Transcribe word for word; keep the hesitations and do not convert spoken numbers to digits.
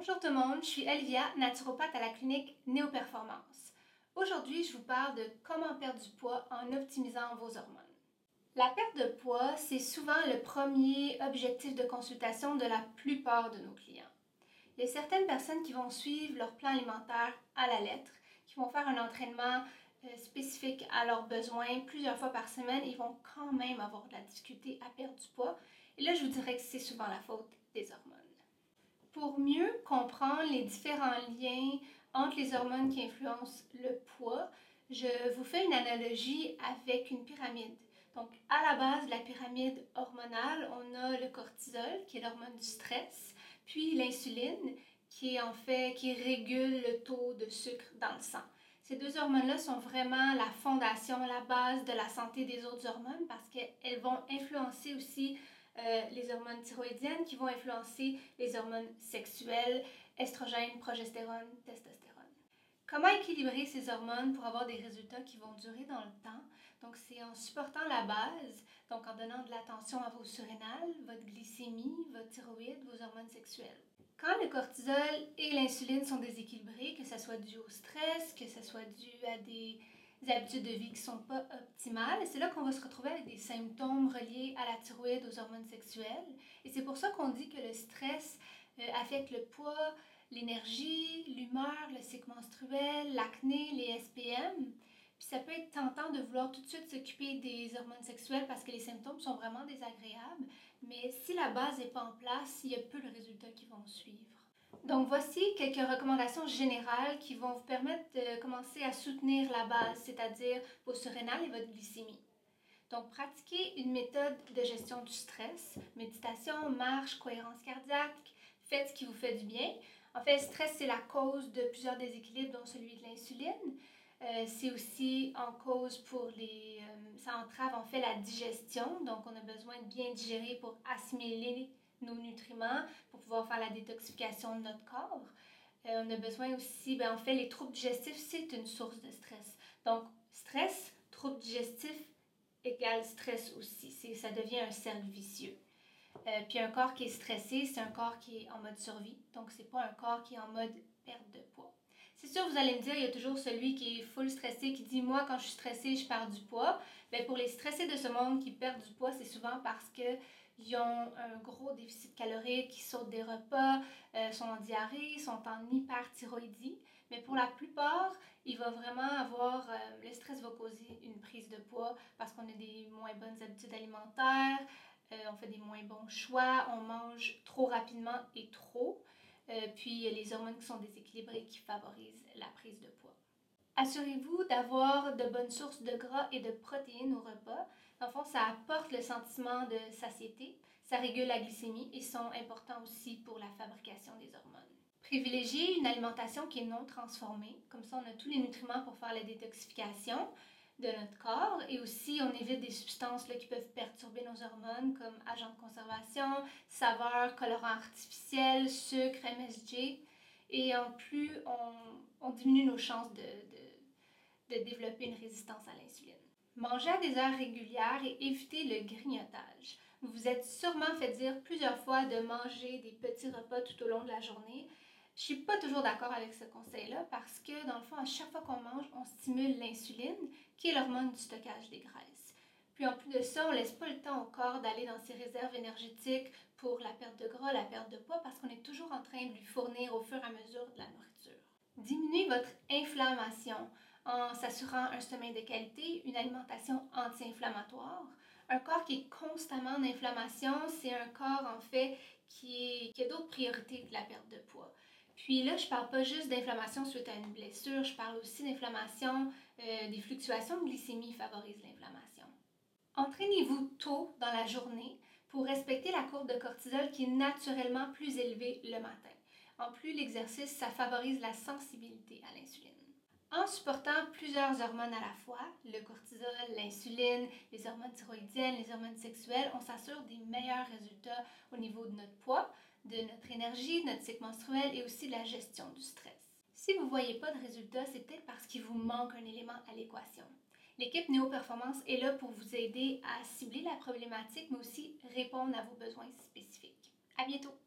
Bonjour tout le monde, je suis Elvia, naturopathe à la clinique Néoperformance. Aujourd'hui, je vous parle de comment perdre du poids en optimisant vos hormones. La perte de poids, c'est souvent le premier objectif de consultation de la plupart de nos clients. Il y a certaines personnes qui vont suivre leur plan alimentaire à la lettre, qui vont faire un entraînement spécifique à leurs besoins plusieurs fois par semaine et vont quand même avoir de la difficulté à perdre du poids. Et là, je vous dirais que c'est souvent la faute des hormones. Pour mieux comprendre les différents liens entre les hormones qui influencent le poids, je vous fais une analogie avec une pyramide. Donc, à la base de la pyramide hormonale, on a le cortisol, qui est l'hormone du stress, puis l'insuline, qui est en fait, qui régule le taux de sucre dans le sang. Ces deux hormones-là sont vraiment la fondation, la base de la santé des autres hormones parce qu'elles vont influencer aussi euh, les hormones thyroïdiennes qui vont influencer les hormones sexuelles, estrogène, progestérone, testostérone. Comment équilibrer ces hormones pour avoir des résultats qui vont durer dans le temps? Donc, c'est en supportant la base, donc en donnant de l'attention à vos surrénales, votre glycémie, votre thyroïde, vos hormones sexuelles. Quand le cortisol et l'insuline sont déséquilibrés, que ce soit dû au stress, que ce soit dû à des habitudes de vie qui ne sont pas optimales, c'est là qu'on va se retrouver avec des symptômes reliés à la thyroïde, aux hormones sexuelles. Et c'est pour ça qu'on dit que le stress euh, affecte le poids, l'énergie, l'humeur, le cycle menstruel, l'acné, les S P M. Puis ça peut être tentant de vouloir tout de suite s'occuper des hormones sexuelles parce que les symptômes sont vraiment désagréables. Mais si la base n'est pas en place, il y a peu de résultats qui vont suivre. Donc voici quelques recommandations générales qui vont vous permettre de commencer à soutenir la base, c'est-à-dire vos surrénales et votre glycémie. Donc pratiquez une méthode de gestion du stress, méditation, marche, cohérence cardiaque, faites ce qui vous fait du bien. En fait, le stress, c'est la cause de plusieurs déséquilibres, dont celui de l'insuline. Euh, c'est aussi en cause pour les... Euh, ça entrave en fait la digestion, donc on a besoin de bien digérer pour assimiler nos nutriments, pour pouvoir faire la détoxification de notre corps. Euh, on a besoin aussi, ben, en fait, les troubles digestifs, c'est une source de stress. Donc, stress, troubles digestifs égale stress aussi. C'est, ça devient un cercle vicieux. Euh, puis un corps qui est stressé, c'est un corps qui est en mode survie. Donc, c'est pas un corps qui est en mode perte de poids. C'est sûr, vous allez me dire, il y a toujours celui qui est full stressé, qui dit « Moi, quand je suis stressé, je perds du poids. » Bien, pour les stressés de ce monde qui perdent du poids, c'est souvent parce qu'ils ont un gros déficit calorique, qui sautent des repas, euh, sont en diarrhée, sont en hyperthyroïdie. Mais pour la plupart, il va vraiment avoir, euh, le stress va causer une prise de poids parce qu'on a des moins bonnes habitudes alimentaires, euh, on fait des moins bons choix, on mange trop rapidement et trop. Euh, puis les hormones qui sont déséquilibrées qui favorisent la prise de poids. Assurez-vous d'avoir de bonnes sources de gras et de protéines au repas. Dans le fond, ça apporte le sentiment de satiété, ça régule la glycémie et sont importants aussi pour la fabrication des hormones. Privilégiez une alimentation qui est non transformée, comme ça on a tous les nutriments pour faire la détoxification de notre corps et aussi on évite des substances là, qui peuvent perturber nos hormones comme agents de conservation, saveurs, colorants artificiels, sucre, M S G et en plus on, on diminue nos chances de, de, de développer une résistance à l'insuline. Mangez à des heures régulières et évitez le grignotage. Vous vous êtes sûrement fait dire plusieurs fois de manger des petits repas tout au long de la journée. Je ne suis pas toujours d'accord avec ce conseil-là parce que, dans le fond, à chaque fois qu'on mange, on stimule l'insuline, qui est l'hormone du stockage des graisses. Puis en plus de ça, on ne laisse pas le temps au corps d'aller dans ses réserves énergétiques pour la perte de gras, la perte de poids, parce qu'on est toujours en train de lui fournir au fur et à mesure de la nourriture. Diminuez votre inflammation en s'assurant un sommeil de qualité, une alimentation anti-inflammatoire. Un corps qui est constamment en inflammation, c'est un corps en fait qui, est, qui a d'autres priorités que la perte de poids. Puis là, je ne parle pas juste d'inflammation suite à une blessure, je parle aussi d'inflammation, euh, des fluctuations de glycémie favorisent l'inflammation. Entraînez-vous tôt dans la journée pour respecter la courbe de cortisol qui est naturellement plus élevée le matin. En plus, l'exercice, ça favorise la sensibilité à l'insuline. En supportant plusieurs hormones à la fois, le cortisol, l'insuline, les hormones thyroïdiennes, les hormones sexuelles, on s'assure des meilleurs résultats au niveau de notre poids, de notre énergie, de notre cycle menstruel et aussi de la gestion du stress. Si vous ne voyez pas de résultats, c'est peut-être parce qu'il vous manque un élément à l'équation. L'équipe Néoperformance est là pour vous aider à cibler la problématique, mais aussi répondre à vos besoins spécifiques. À bientôt!